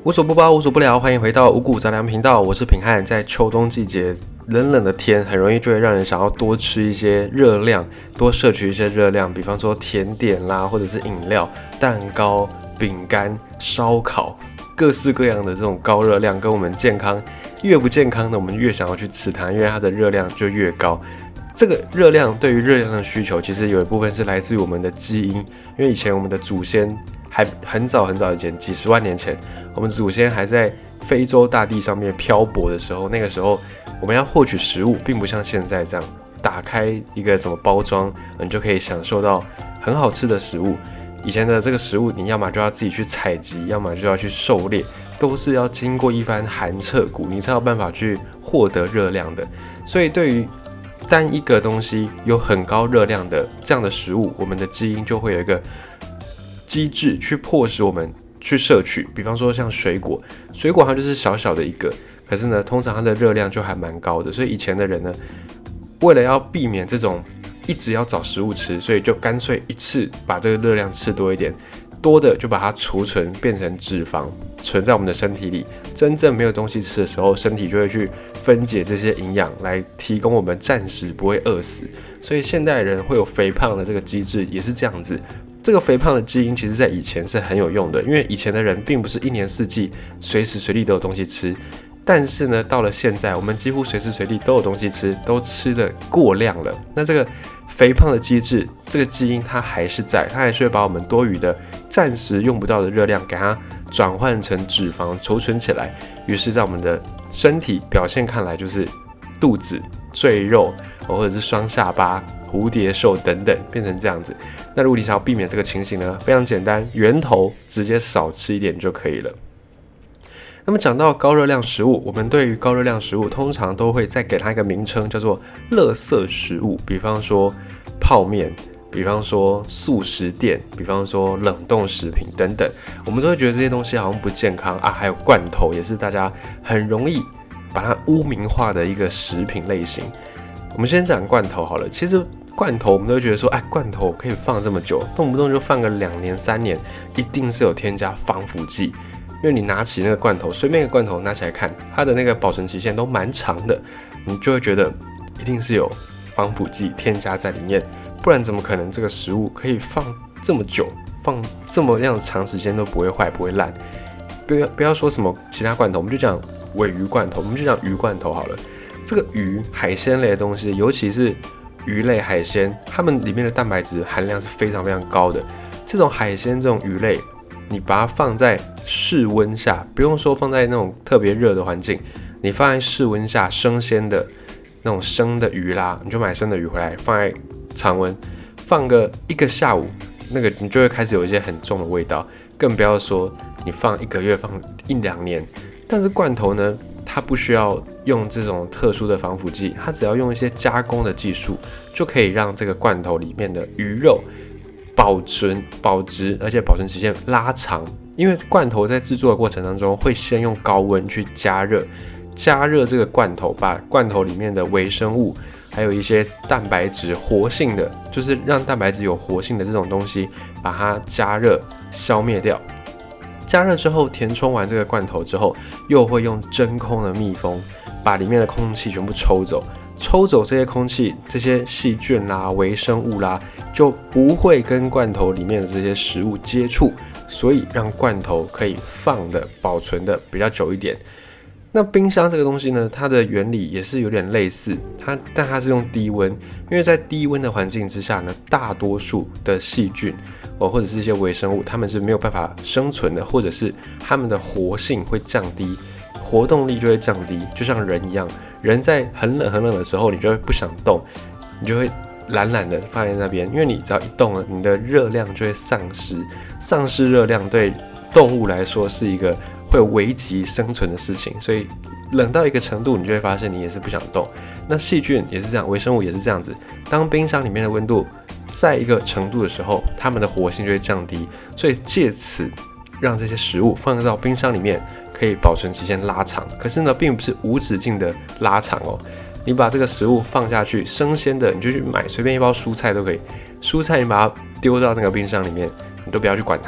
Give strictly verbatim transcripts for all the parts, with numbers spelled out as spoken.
无所不包，无所不聊，欢迎回到五谷杂粮频道，我是品汉。在秋冬季节，冷冷的天很容易就会让人想要多吃一些热量，多摄取一些热量，比方说甜点啦，或者是饮料、蛋糕、饼干、烧烤，各式各样的这种高热量，跟我们健康越不健康的，我们越想要去吃它，因为它的热量就越高。这个热量对于热量的需求，其实有一部分是来自于我们的基因，因为以前我们的祖先还很早很早以前，几十万年前，我们祖先还在非洲大地上面漂泊的时候，那个时候我们要获取食物，并不像现在这样打开一个什么包装，你就可以享受到很好吃的食物。以前的这个食物，你要么就要自己去采集，要么就要去狩猎，都是要经过一番寒彻骨，你才有办法去获得热量的。所以对于单一个东西有很高热量的这样的食物，我们的基因就会有一个机制去迫使我们去摄取。比方说像水果，水果它就是小小的一个，可是呢，通常它的热量就还蛮高的。所以以前的人呢，为了要避免这种一直要找食物吃，所以就干脆一次把这个热量吃多一点，多的就把它储存变成脂肪，存在我们的身体里。真正没有东西吃的时候，身体就会去分解这些营养，来提供我们暂时不会饿死。所以现代人会有肥胖的这个机制，也是这样子。这个肥胖的基因其实在以前是很有用的，因为以前的人并不是一年四季随时随地都有东西吃。但是呢，到了现在，我们几乎随时随地都有东西吃，都吃的过量了。那这个肥胖的机制，这个基因它还是在，它还是会把我们多余的、暂时用不到的热量给它转换成脂肪储存起来。于是，在我们的身体表现看来，就是肚子、赘肉，或者是双下巴、蝴蝶袖等等，变成这样子。那如果你想要避免这个情形呢，非常简单，源头直接少吃一点就可以了。那么讲到高热量食物，我们对于高热量食物通常都会再给它一个名称，叫做垃圾食物。比方说泡面，比方说速食店，比方说冷冻食品等等，我们都会觉得这些东西好像不健康啊。还有罐头，也是大家很容易把它污名化的一个食品类型。我们先讲罐头好了，其实罐头我们都会觉得说，哎，罐头可以放这么久，动不动就放个两年三年，一定是有添加防腐剂。因为你拿起那个罐头，随便一个罐头拿起来看，它的那个保存期限都蛮长的，你就会觉得一定是有防腐剂添加在里面，不然怎么可能这个食物可以放这么久，放这么样长时间都不会坏不会烂？不要不要说什么其他罐头，我们就讲鲔鱼罐头，我们就讲鱼罐头好了。这个鱼海鲜类的东西，尤其是鱼类海鲜，它们里面的蛋白质含量是非常非常高的。这种海鲜这种鱼类，你把它放在室温下，不用说放在那种特别热的环境，你放在室温下生鲜的那种生的鱼啦，你就买生的鱼回来放在常温，放个一个下午，那个你就会开始有一些很重的味道，更不要说你放一个月、放一两年。但是罐头呢，它不需要用这种特殊的防腐剂，它只要用一些加工的技术，就可以让这个罐头里面的鱼肉保存保值，而且保存期限拉长。因为罐头在制作的过程当中，会先用高温去加热，加热这个罐头，把罐头里面的微生物，还有一些蛋白质活性的，就是让蛋白质有活性的这种东西，把它加热消灭掉。加热之后，填充完这个罐头之后，又会用真空的密封，把里面的空气全部抽走。抽走这些空气，这些细菌啦、微生物啦，就不会跟罐头里面的这些食物接触，所以让罐头可以放的、保存的比较久一点。那冰箱这个东西呢，它的原理也是有点类似，它但它是用低温，因为在低温的环境之下呢，大多数的细菌哦或者是一些微生物，它们是没有办法生存的，或者是它们的活性会降低，活动力就会降低，就像人一样。人在很冷很冷的时候，你就会不想动，你就会懒懒的放在那边，因为你只要一动了，你的热量就会丧失，丧失热量对动物来说是一个会危及生存的事情，所以冷到一个程度，你就会发现你也是不想动。那细菌也是这样，微生物也是这样子。当冰箱里面的温度在一个程度的时候，它们的活性就会降低，所以借此让这些食物放到冰箱里面，可以保存期限拉长。可是呢，并不是无止境的拉长哦。你把这个食物放下去，生鲜的你就去买随便一包蔬菜都可以，蔬菜你把它丢到那个冰箱里面，你都不要去管它，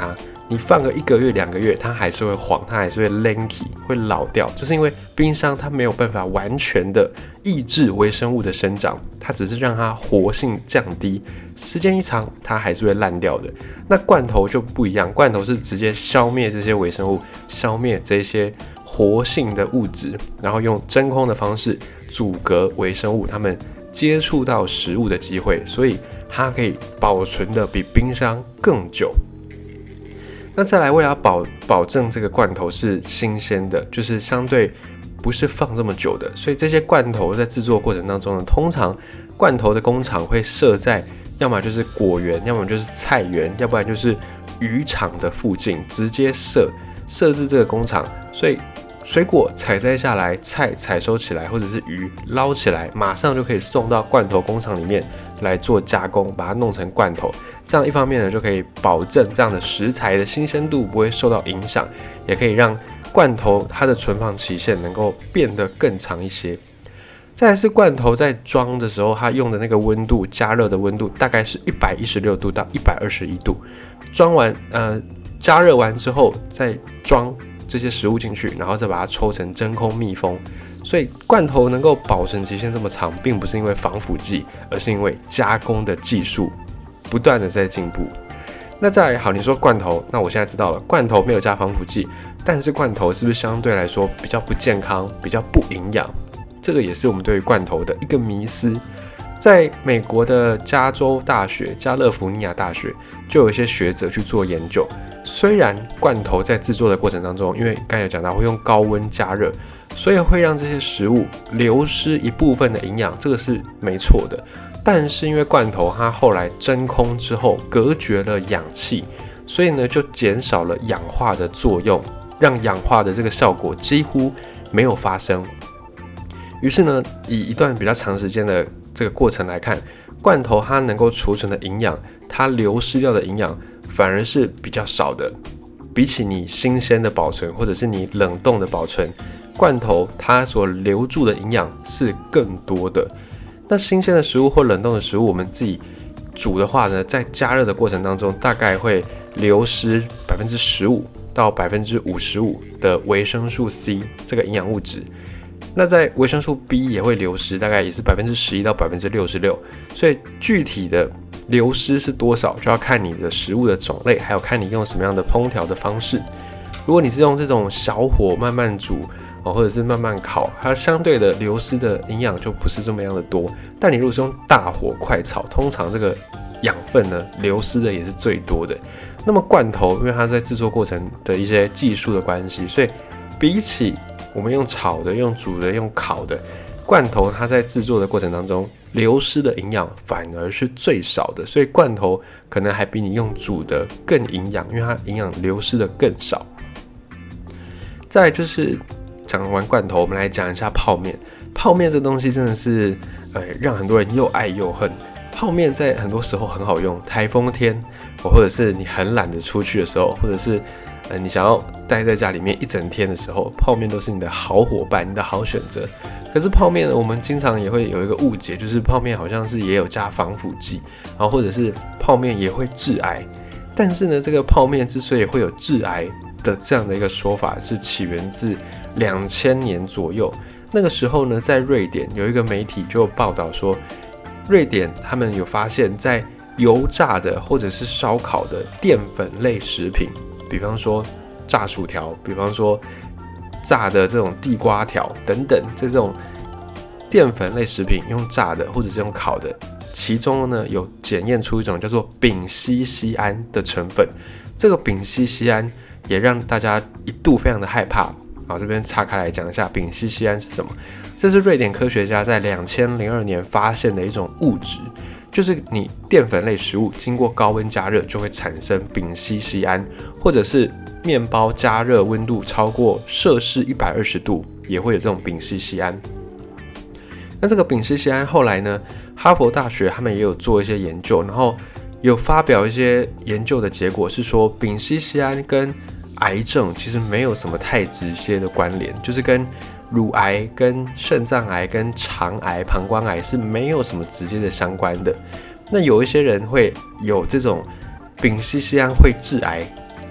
你放个一个月两个月，它还是会黄，它还是会 lanky， 会老掉，就是因为冰箱它没有办法完全的抑制微生物的生长，它只是让它活性降低，时间一长它还是会烂掉的。那罐头就不一样，罐头是直接消灭这些微生物，消灭这些活性的物质，然后用真空的方式阻隔微生物它们接触到食物的机会，所以它可以保存的比冰箱更久。那再来，为了要 保, 保证这个罐头是新鲜的，就是相对不是放这么久的，所以这些罐头在制作过程当中呢，通常罐头的工厂会设在要么就是果园，要么就是菜园，要不然就是渔场的附近，直接设设置这个工厂，所以水果采摘下来，菜采收起来，或者是鱼捞起来，马上就可以送到罐头工厂里面来做加工，把它弄成罐头。这样一方面呢，就可以保证这样的食材的新鲜度不会受到影响，也可以让罐头它的存放期限能够变得更长一些。再来是罐头在装的时候，它用的那个温度，加热的温度大概是一百一十六度到一百二十一度。装完呃加热完之后，再装这些食物进去，然后再把它抽成真空密封。所以罐头能够保存期限这么长，并不是因为防腐剂，而是因为加工的技术不断的在进步。那再来好，你说罐头，那我现在知道了，罐头没有加防腐剂，但是罐头是不是相对来说比较不健康，比较不营养？这个也是我们对于罐头的一个迷思。在美国的加州大学、加勒福尼亚大学就有一些学者去做研究，虽然罐头在制作的过程当中，因为刚才有讲到会用高温加热，所以会让这些食物流失一部分的营养，这个是没错的。但是因为罐头它后来真空之后隔绝了氧气，所以呢就减少了氧化的作用，让氧化的这个效果几乎没有发生。于是呢，以一段比较长时间的这个过程来看，罐头它能够储存的营养，它流失掉的营养反而是比较少的。比起你新鲜的保存或者是你冷冻的保存，罐头它所留住的营养是更多的。那新鲜的食物或冷冻的食物，我们自己煮的话呢，在加热的过程当中，大概会流失 百分之十五 到 百分之五十五 的维生素 C 这个营养物质。那在维生素 B 也会流失，大概也是 百分之十一 到 百分之六十六。所以具体的流失是多少，就要看你的食物的种类，还有看你用什么样的烹调的方式。如果你是用这种小火慢慢煮，或者是慢慢烤，它相对的流失的营养就不是这么样的多。但你如果是用大火快炒，通常这个养分呢流失的也是最多的。那么罐头，因为它在制作过程的一些技术的关系，所以比起我们用炒的、用煮的、用烤的，罐头它在制作的过程当中流失的营养反而是最少的。所以罐头可能还比你用煮的更营养，因为它营养流失的更少。再来就是讲完罐头，我们来讲一下泡面。泡面这东西真的是，呃，让很多人又爱又恨。泡面在很多时候很好用，台风天，或者是你很懒得出去的时候，或者是呃你想要待在家里面一整天的时候，泡面都是你的好伙伴，你的好选择。可是泡面呢，我们经常也会有一个误解，就是泡面好像是也有加防腐剂，然后或者是泡面也会致癌。但是呢，这个泡面之所以会有致癌的这样的一个说法，是起源自两千年左右。那个时候呢，在瑞典有一个媒体就报道说，瑞典他们有发现，在油炸的或者是烧烤的淀粉类食品，比方说炸薯条，比方说炸的这种地瓜条等等，这种淀粉类食品用炸的或者是用烤的，其中呢有检验出一种叫做丙烯酰胺的成分。这个丙烯酰胺也让大家一度非常的害怕。好，这边岔开来讲一下丙烯酰胺是什么。这是瑞典科学家在两千零二年发现的一种物质，就是你淀粉类食物经过高温加热就会产生丙烯酰胺，或者是面包加热温度超过摄氏一百二十度也会有这种丙烯酰胺。那这个丙烯酰胺后来呢，哈佛大学他们也有做一些研究，然后有发表一些研究的结果是说，丙烯酰胺跟癌症其实没有什么太直接的关联，就是跟乳癌、跟肾脏癌、跟肠癌、膀胱癌是没有什么直接的相关的。那有一些人会有这种丙烯酰胺会致癌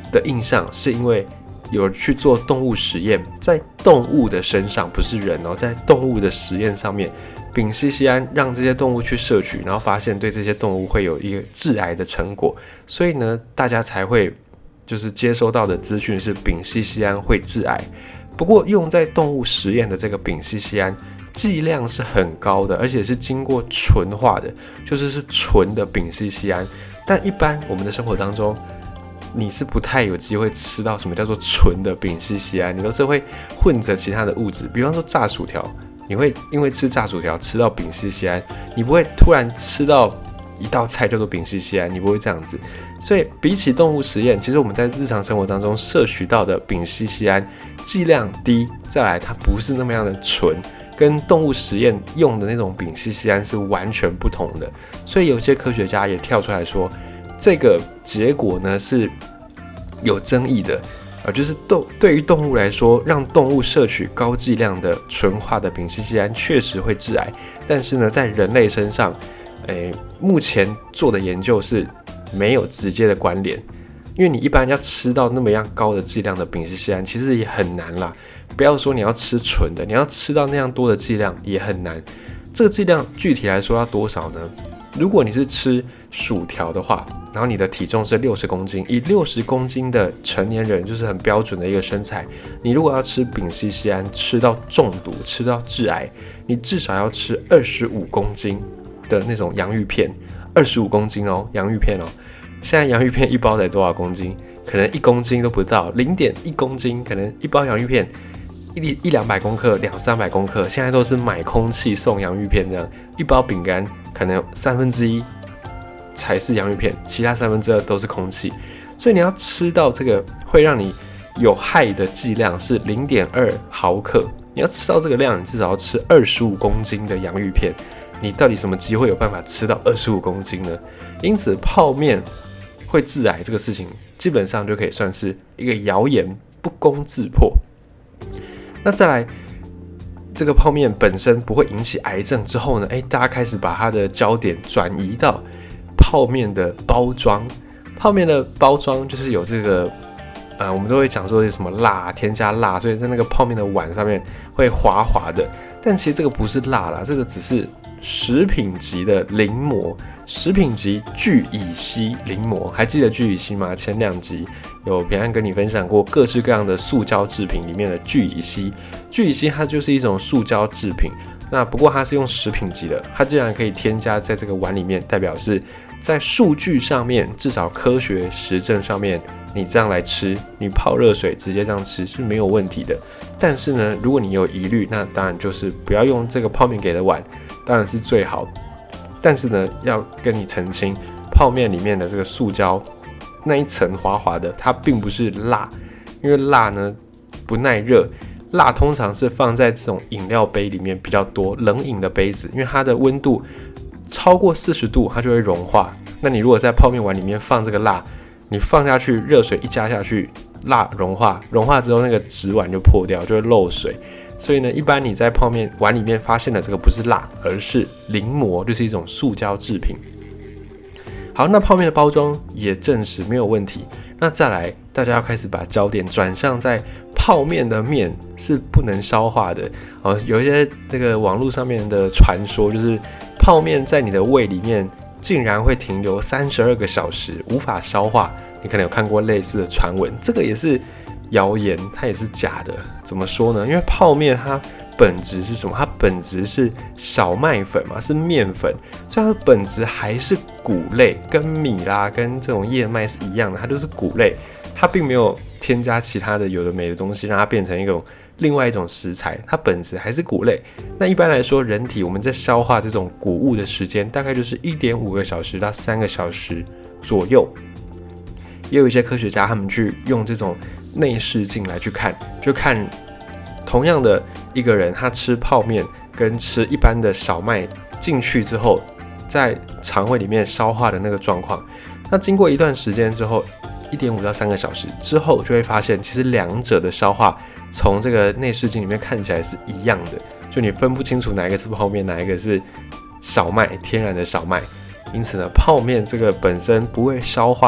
的印象，是因为有去做动物实验，在动物的身上，不是人哦，在动物的实验上面，丙烯酰胺让这些动物去摄取，然后发现对这些动物会有一个致癌的成果，所以呢，大家才会就是接收到的资讯是丙烯酰胺会致癌。不过用在动物实验的这个丙烯酰胺剂量是很高的，而且是经过纯化的，就是是纯的丙烯酰胺。但一般我们的生活当中，你是不太有机会吃到什么叫做纯的丙烯酰胺，你都是会混着其他的物质，比方说炸薯条，你会因为吃炸薯条吃到丙烯酰胺，你不会突然吃到一道菜叫做丙烯酰胺，你不会这样子。所以比起动物实验，其实我们在日常生活当中摄取到的丙烯酰胺剂量低，再来它不是那么样的纯，跟动物实验用的那种丙烯酰胺是完全不同的。所以有些科学家也跳出来说，这个结果呢是有争议的，呃，就是对于动物来说，让动物摄取高剂量的纯化的丙烯酰胺确实会致癌，但是呢，在人类身上，诶，目前做的研究是没有直接的关联，因为你一般要吃到那么样高的剂量的丙烯酰胺，其实也很难啦。不要说你要吃纯的，你要吃到那样多的剂量也很难。这个剂量具体来说要多少呢？如果你是吃薯条的话，然后你的体重是六十公斤，以六十公斤的成年人就是很标准的一个身材，你如果要吃丙烯酰胺吃到中毒，吃到致癌，你至少要吃二十五公斤的那种洋芋片，二十五公斤哦，洋芋片哦。现在洋芋片一包才多少公斤？可能一公斤都不到，零点一公斤，可能一包洋芋片一一两百公克，两三百公克，现在都是买空气送洋芋片这样，一包饼干可能有三分之一才是洋芋片，其他三分之二都是空气，所以你要吃到这个会让你有害的剂量是零点二毫克，你要吃到这个量，你至少要吃二十五公斤的洋芋片，你到底什么机会有办法吃到二十五公斤呢？因此，泡面会致癌这个事情，基本上就可以算是一个谣言，不攻自破。那再来，这个泡面本身不会引起癌症之后呢，哎，大家开始把它的焦点转移到泡面的包装。泡面的包装就是有这个，呃，我们都会讲说有什么辣，添加辣，所以在那个泡面的碗上面会滑滑的。但其实这个不是辣啦，这个只是食品级的磷膜，食品级聚乙烯磷膜。还记得聚乙烯吗？前两集有平安跟你分享过各式各样的塑胶制品里面的聚乙烯。聚乙烯它就是一种塑胶制品，那不过它是用食品级的，它既然可以添加在这个碗里面，代表是在数据上面，至少科学实证上面，你这样来吃，你泡热水直接这样吃是没有问题的。但是呢，如果你有疑虑，那当然就是不要用这个泡面给的碗，当然是最好。但是呢，要跟你澄清，泡面里面的这个塑胶那一层滑滑的，它并不是蜡，因为蜡呢不耐热。蜡通常是放在这种饮料杯里面比较多，冷饮的杯子，因为它的温度超过四十度，它就会融化。那你如果在泡面碗里面放这个蜡，你放下去，热水一加下去，蜡融化，融化之后那个纸碗就破掉，就会漏水。所以呢，一般你在泡面碗里面发现的这个不是蜡，而是磷膜，就是一种塑胶制品。好，那泡面的包装也证实没有问题。那再来，大家要开始把焦点转向在泡面的面是不能消化的。哦，有一些这个网络上面的传说，就是泡面在你的胃里面竟然会停留三十二个小时，无法消化。你可能有看过类似的传闻，这个也是谣言，它也是假的。怎么说呢？因为泡面它本质是什么？它本质是小麦粉嘛，是面粉，所以它的本质还是谷类，跟米啦、跟这种燕麦是一样的，它就是谷类，它并没有添加其他的有的没的东西，让它变成一种另外一种食材，它本质还是谷类。那一般来说，人体我们在消化这种谷物的时间，大概就是 一点五个小时到三个小时左右。也有一些科学家他们去用这种内视镜来去看，就看同样的一个人，他吃泡面跟吃一般的小麦进去之后，在肠胃里面消化的那个状况。那经过一段时间之后， 一点五到三个小时之后，就会发现其实两者的消化从这个内视镜里面看起来是一样的，就你分不清楚哪一个是泡面，哪一个是小麦，天然的小麦。因此呢，泡面这个本身不会消化，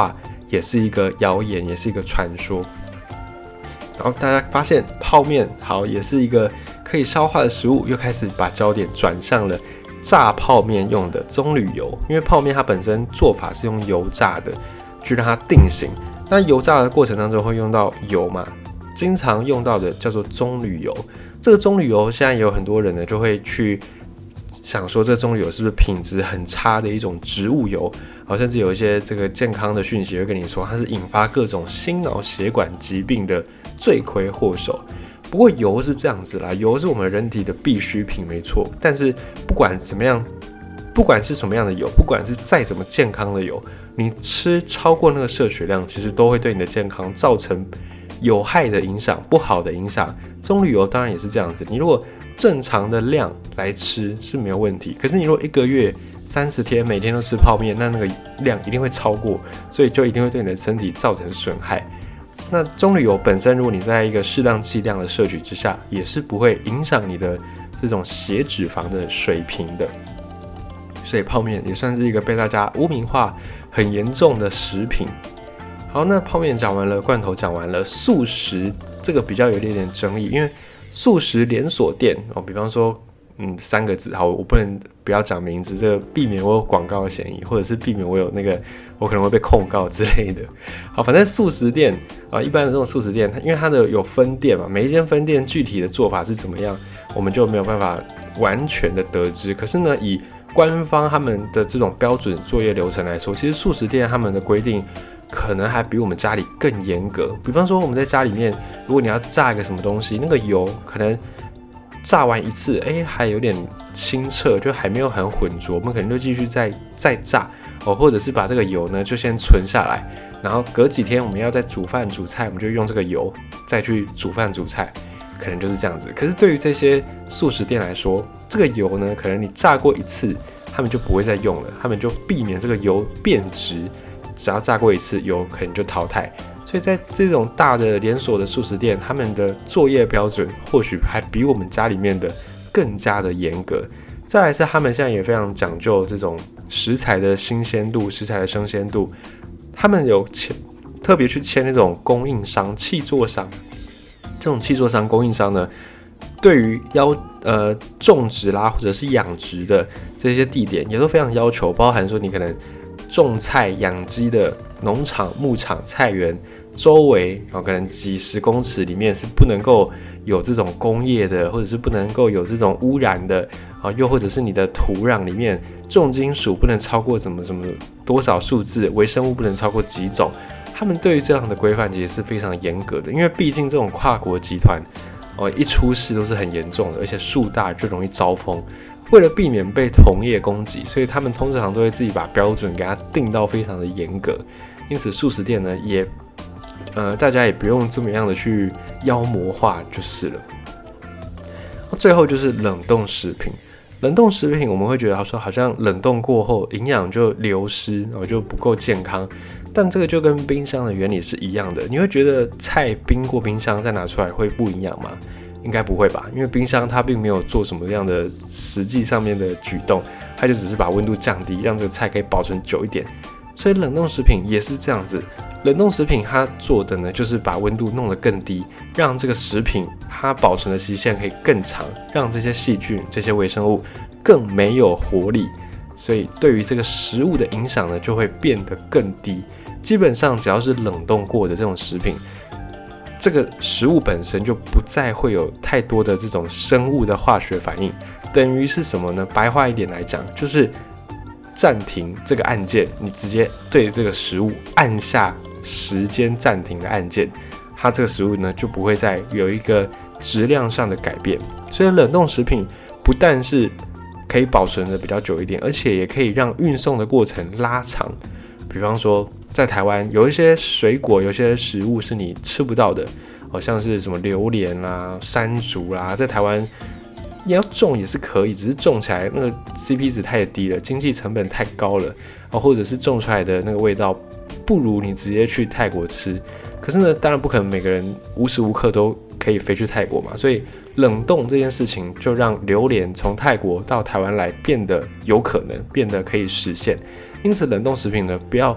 也是一个谣言，也是一个传说。然后大家发现泡面好也是一个可以消化的食物，又开始把焦点转向了炸泡面用的棕榈油，因为泡面它本身做法是用油炸的，去让它定型。那油炸的过程当中会用到油嘛，经常用到的叫做棕榈油。这个棕榈油现在也有很多人呢就会去想说，这个棕榈油是不是品质很差的一种植物油？好，甚至有一些这个健康的讯息会跟你说，它是引发各种心脑血管疾病的罪魁祸首。不过油是这样子啦，油是我们人体的必需品，没错。但是不管怎么样，不管是什么样的油，不管是再怎么健康的油，你吃超过那个摄取量，其实都会对你的健康造成有害的影响，不好的影响。棕榈油当然也是这样子，你如果正常的量来吃是没有问题，可是你如果一个月三十天每天都吃泡面，那那个量一定会超过，所以就一定会对你的身体造成损害。那棕榈油本身，如果你在一个适当剂量的摄取之下，也是不会影响你的这种血脂肪的水平的。所以泡面也算是一个被大家污名化很严重的食品。好，那泡面讲完了，罐头讲完了，素食这个比较有一点点争议，因为素食连锁店哦，比方说嗯三个字，好，我不能不要讲名字，这个避免我有广告的嫌疑，或者是避免我有那个我可能会被控告之类的。好，反正素食店啊，一般的这种素食店，因为它的有分店嘛，每一间分店具体的做法是怎么样，我们就没有办法完全的得知。可是呢，以官方他们的这种标准作业流程来说，其实素食店他们的规定可能还比我们家里更严格。比方说我们在家里面，如果你要炸一个什么东西，那个油可能炸完一次，哎、欸，还有点清澈，就还没有很浑浊，我们可能就继续再再炸哦，或者是把这个油呢就先存下来，然后隔几天我们要再煮饭煮菜，我们就用这个油再去煮饭煮菜，可能就是这样子。可是对于这些素食店来说，这个油呢，可能你炸过一次，他们就不会再用了，他们就避免这个油变质，只要炸过一次，油可能就淘汰。所以在这种大的连锁的素食店，他们的作业标准或许还比我们家里面的更加的严格。再来是他们现在也非常讲究这种食材的新鲜度、食材的生鲜度，他们有签特别去签那种供应商、契作商。这种契作商、供应商呢，对于要呃种植啦或者是养殖的这些地点也都非常要求，包含说你可能种菜、养鸡的农场、牧场、菜园周围，然后可能几十公尺里面是不能够有这种工业的，或者是不能够有这种污染的啊，又或者是你的土壤里面重金属不能超过怎么怎么多少数字，微生物不能超过几种。他们对于这样的规范其实是非常严格的，因为毕竟这种跨国集团哦，一出事都是很严重的，而且树大就容易招风。为了避免被同业攻击，所以他们通常都会自己把标准给它定到非常的严格。因此素食店呢，也呃大家也不用这么样的去妖魔化就是了。最后就是冷冻食品，冷冻食品我们会觉得说好像冷冻过后营养就流失，然后就不够健康。但这个就跟冰箱的原理是一样的，你会觉得菜冰过冰箱再拿出来会不营养吗？应该不会吧，因为冰箱它并没有做什么样的实际上面的举动，它就只是把温度降低，让这个菜可以保存久一点。所以冷冻食品也是这样子，冷冻食品它做的呢，就是把温度弄得更低，让这个食品它保存的期限可以更长，让这些细菌、这些微生物更没有活力，所以对于这个食物的影响呢，就会变得更低。基本上只要是冷冻过的这种食品，这个食物本身就不再会有太多的这种生物的化学反应，等于是什么呢？白话一点来讲，就是暂停这个按键，你直接对这个食物按下时间暂停的按键，它这个食物呢就不会再有一个质量上的改变。所以冷冻食品不但是可以保存的比较久一点，而且也可以让运送的过程拉长。比方说在台湾有一些水果，有些食物是你吃不到的，好像是什么榴莲啦、山竹啦，在台湾你要种也是可以，只是种起来那个 C P 值太低了，经济成本太高了，或者是种出来的那个味道不如你直接去泰国吃。可是呢，当然不可能每个人无时无刻都可以飞去泰国嘛，所以冷冻这件事情就让榴莲从泰国到台湾来变得有可能，变得可以实现。因此冷冻食品呢，不要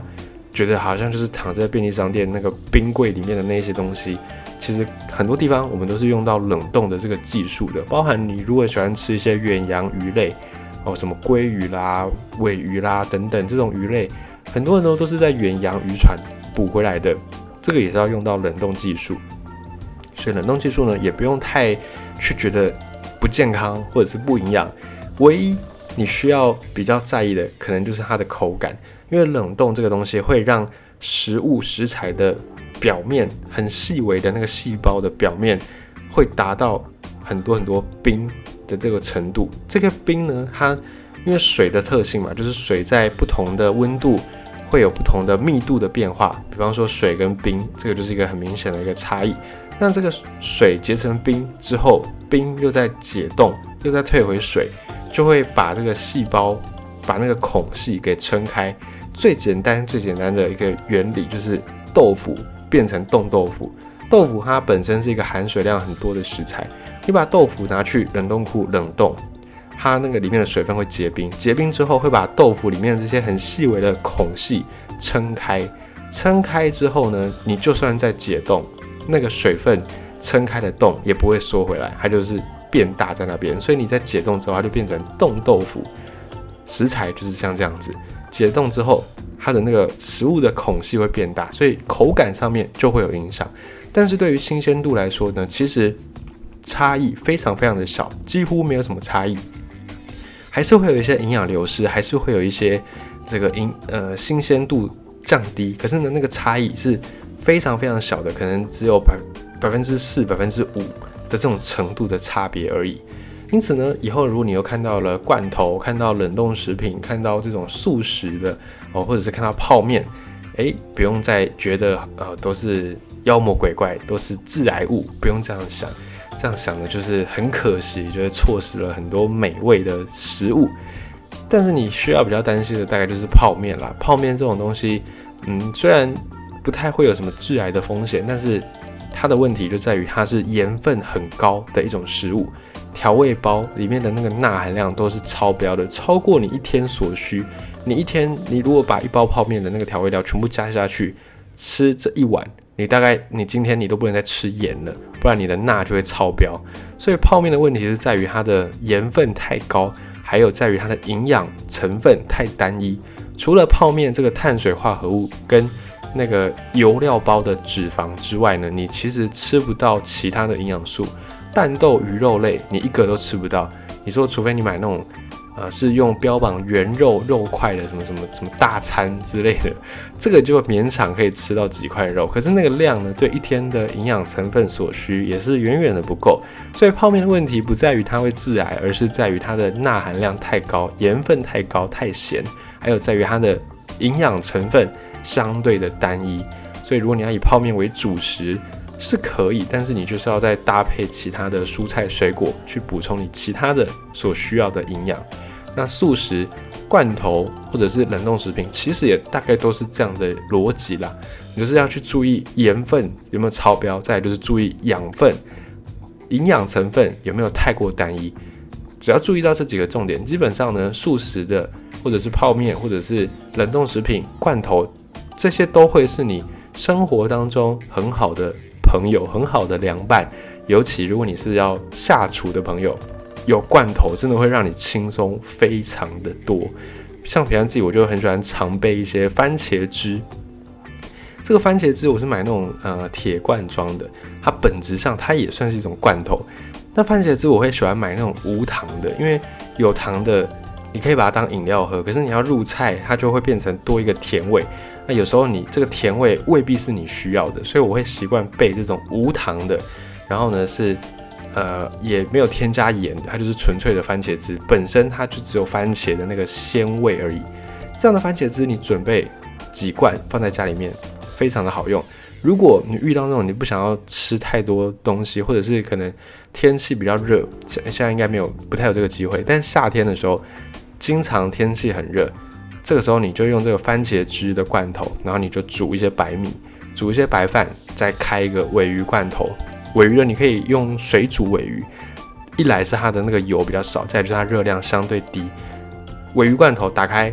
觉得好像就是躺在便利商店那个冰柜里面的那些东西，其实很多地方我们都是用到冷冻的这个技术的，包含你如果喜欢吃一些远洋鱼类哦，什么鲑鱼啦、鲔鱼啦等等这种鱼类，很多人都都是在远洋渔船捕回来的，这个也是要用到冷冻技术。所以冷冻技术呢，也不用太去觉得不健康或者是不营养，唯一你需要比较在意的，可能就是它的口感，因为冷冻这个东西会让食物食材的表面很细微的那个细胞的表面会达到很多很多冰的这个程度。这个冰呢，它因为水的特性嘛，就是水在不同的温度会有不同的密度的变化，比方说水跟冰，这个就是一个很明显的一个差异。那这个水结成冰之后，冰又在解冻，又再退回水，就会把这个细胞，把那个孔隙给撑开。最简单、最简单的一个原理就是豆腐变成冻豆腐。豆腐它本身是一个含水量很多的食材，你把豆腐拿去冷冻库冷冻，它那个里面的水分会结冰，结冰之后会把豆腐里面这些很细微的孔隙撑开。撑开之后呢，你就算再解冻，那个水分撑开的洞也不会缩回来，它就是变大在那边，所以你在解冻之后，它就变成冻豆腐。食材就是像这样子，解冻之后，它的那个食物的孔隙会变大，所以口感上面就会有影响。但是对于新鲜度来说呢，其实差异非常非常的小，几乎没有什么差异，还是会有一些营养流失，还是会有一些这个营呃新鲜度降低。可是呢，那个差异是非常非常小的，可能只有百百分之四、百分之五的这种程度的差别而已。因此呢，以后如果你又看到了罐头、看到冷冻食品、看到这种速食的哦，或者是看到泡面，哎，不用再觉得呃都是妖魔鬼怪，都是致癌物，不用这样想。这样想的就是很可惜，就是错失了很多美味的食物。但是你需要比较担心的大概就是泡面啦。泡面这种东西，嗯，虽然不太会有什么致癌的风险，但是它的问题就在于它是盐分很高的一种食物。调味包里面的那个钠含量都是超标的，超过你一天所需。你一天，你如果把一包泡面的那个调味料全部加下去，吃这一碗，你大概你今天你都不能再吃盐了，不然你的钠就会超标。所以泡面的问题是在于它的盐分太高，还有在于它的营养成分太单一。除了泡面这个碳水化合物跟那个油料包的脂肪之外呢，你其实吃不到其他的营养素。蛋豆鱼肉类你一个都吃不到，你说除非你买那种呃是用标榜原肉肉块的什么什么什么大餐之类的，这个就勉强可以吃到几块肉，可是那个量呢，对一天的营养成分所需也是远远的不够。所以泡面的问题不在于它会致癌，而是在于它的钠含量太高，盐分太高太咸，还有在于它的营养成分相对的单一。所以如果你要以泡面为主食是可以，但是你就是要再搭配其他的蔬菜水果去补充你其他的所需要的营养。那素食、罐头或者是冷冻食品，其实也大概都是这样的逻辑啦。你就是要去注意盐分有没有超标，再来就是注意养分、营养成分有没有太过单一。只要注意到这几个重点，基本上呢，素食的或者是泡面或者是冷冻食品、罐头，这些都会是你生活当中很好的朋友，很好的良伴。尤其如果你是要下厨的朋友，有罐头真的会让你轻松非常的多。像平常自己我就很喜欢常备一些番茄汁，这个番茄汁我是买那种呃铁罐装的，它本质上它也算是一种罐头。那番茄汁我会喜欢买那种无糖的，因为有糖的你可以把它当饮料喝，可是你要入菜它就会变成多一个甜味。那有时候你这个甜味未必是你需要的，所以我会习惯备这种无糖的，然后呢是呃也没有添加盐的，它就是纯粹的番茄汁，本身它就只有番茄的那个鲜味而已。这样的番茄汁你准备几罐放在家里面，非常的好用。如果你遇到那种你不想要吃太多东西，或者是可能天气比较热，现在应该没有不太有这个机会，但夏天的时候经常天气很热，这个时候你就用这个番茄汁的罐头，然后你就煮一些白米，煮一些白饭，再开一个鲔鱼罐头。鲔鱼呢，你可以用水煮鲔鱼，一来是它的那个油比较少，再来就是它热量相对低。鲔鱼罐头打开，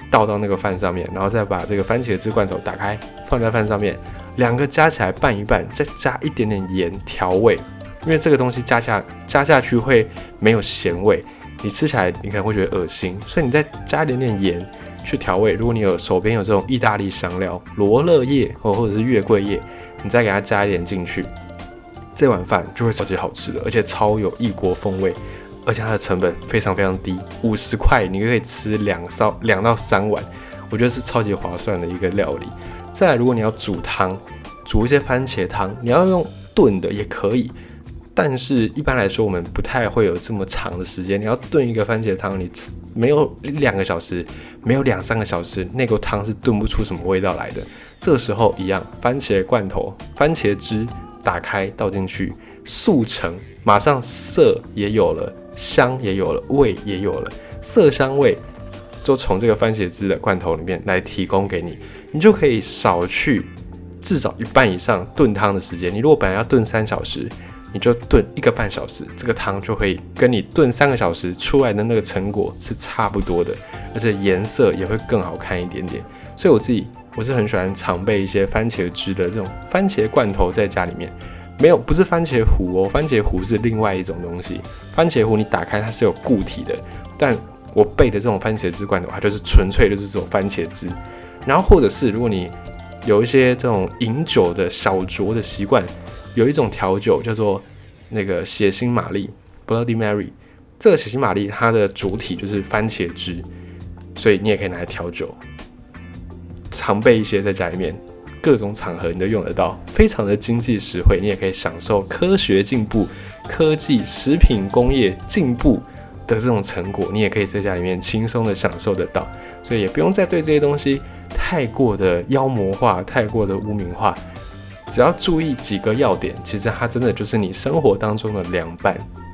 倒到那个饭上面，然后再把这个番茄汁罐头打开放在饭上面，两个加起来拌一拌，再加一点点盐调味，因为这个东西加下加下去会没有咸味，你吃起来你可能会觉得恶心，所以你再加一点点盐去调味。如果你有手边有这种意大利香料罗勒叶或者是月桂叶，你再给它加一点进去，这碗饭就会超级好吃的，而且超有异国风味，而且它的成本非常非常低，五十块你可以吃两到两到三碗，我觉得是超级划算的一个料理。再来，如果你要煮汤，煮一些番茄汤，你要用炖的也可以，但是一般来说我们不太会有这么长的时间。你要炖一个番茄汤，你没有两个小时，没有两三个小时，那个汤是炖不出什么味道来的。这个时候一样，番茄罐头、番茄汁打开倒进去，速成，马上色也有了，香也有了，味也有了，色香味就从这个番茄汁的罐头里面来提供给你，你就可以少去至少一半以上炖汤的时间。你如果本来要炖三小时，你就炖一个半小时，这个汤就可以跟你炖三个小时出来的那个成果是差不多的，而且颜色也会更好看一点点。所以我自己我是很喜欢常备一些番茄汁的这种番茄罐头在家里面。没有，不是番茄糊哦，番茄糊是另外一种东西。番茄糊你打开它是有固体的，但我备的这种番茄汁罐头，它就是纯粹就是这种番茄汁。然后或者是如果你有一些这种饮酒的小酌的习惯，有一种调酒叫做那个血腥玛丽 （Bloody Mary）， 这个血腥玛丽它的主体就是番茄汁，所以你也可以拿来调酒。常备一些在家里面，各种场合你都用得到，非常的经济实惠。你也可以享受科学进步、科技、食品工业进步的这种成果，你也可以在家里面轻松的享受得到。所以也不用再对这些东西太过的妖魔化、太过的污名化。只要注意几个要点，其实它真的就是你生活当中的凉拌。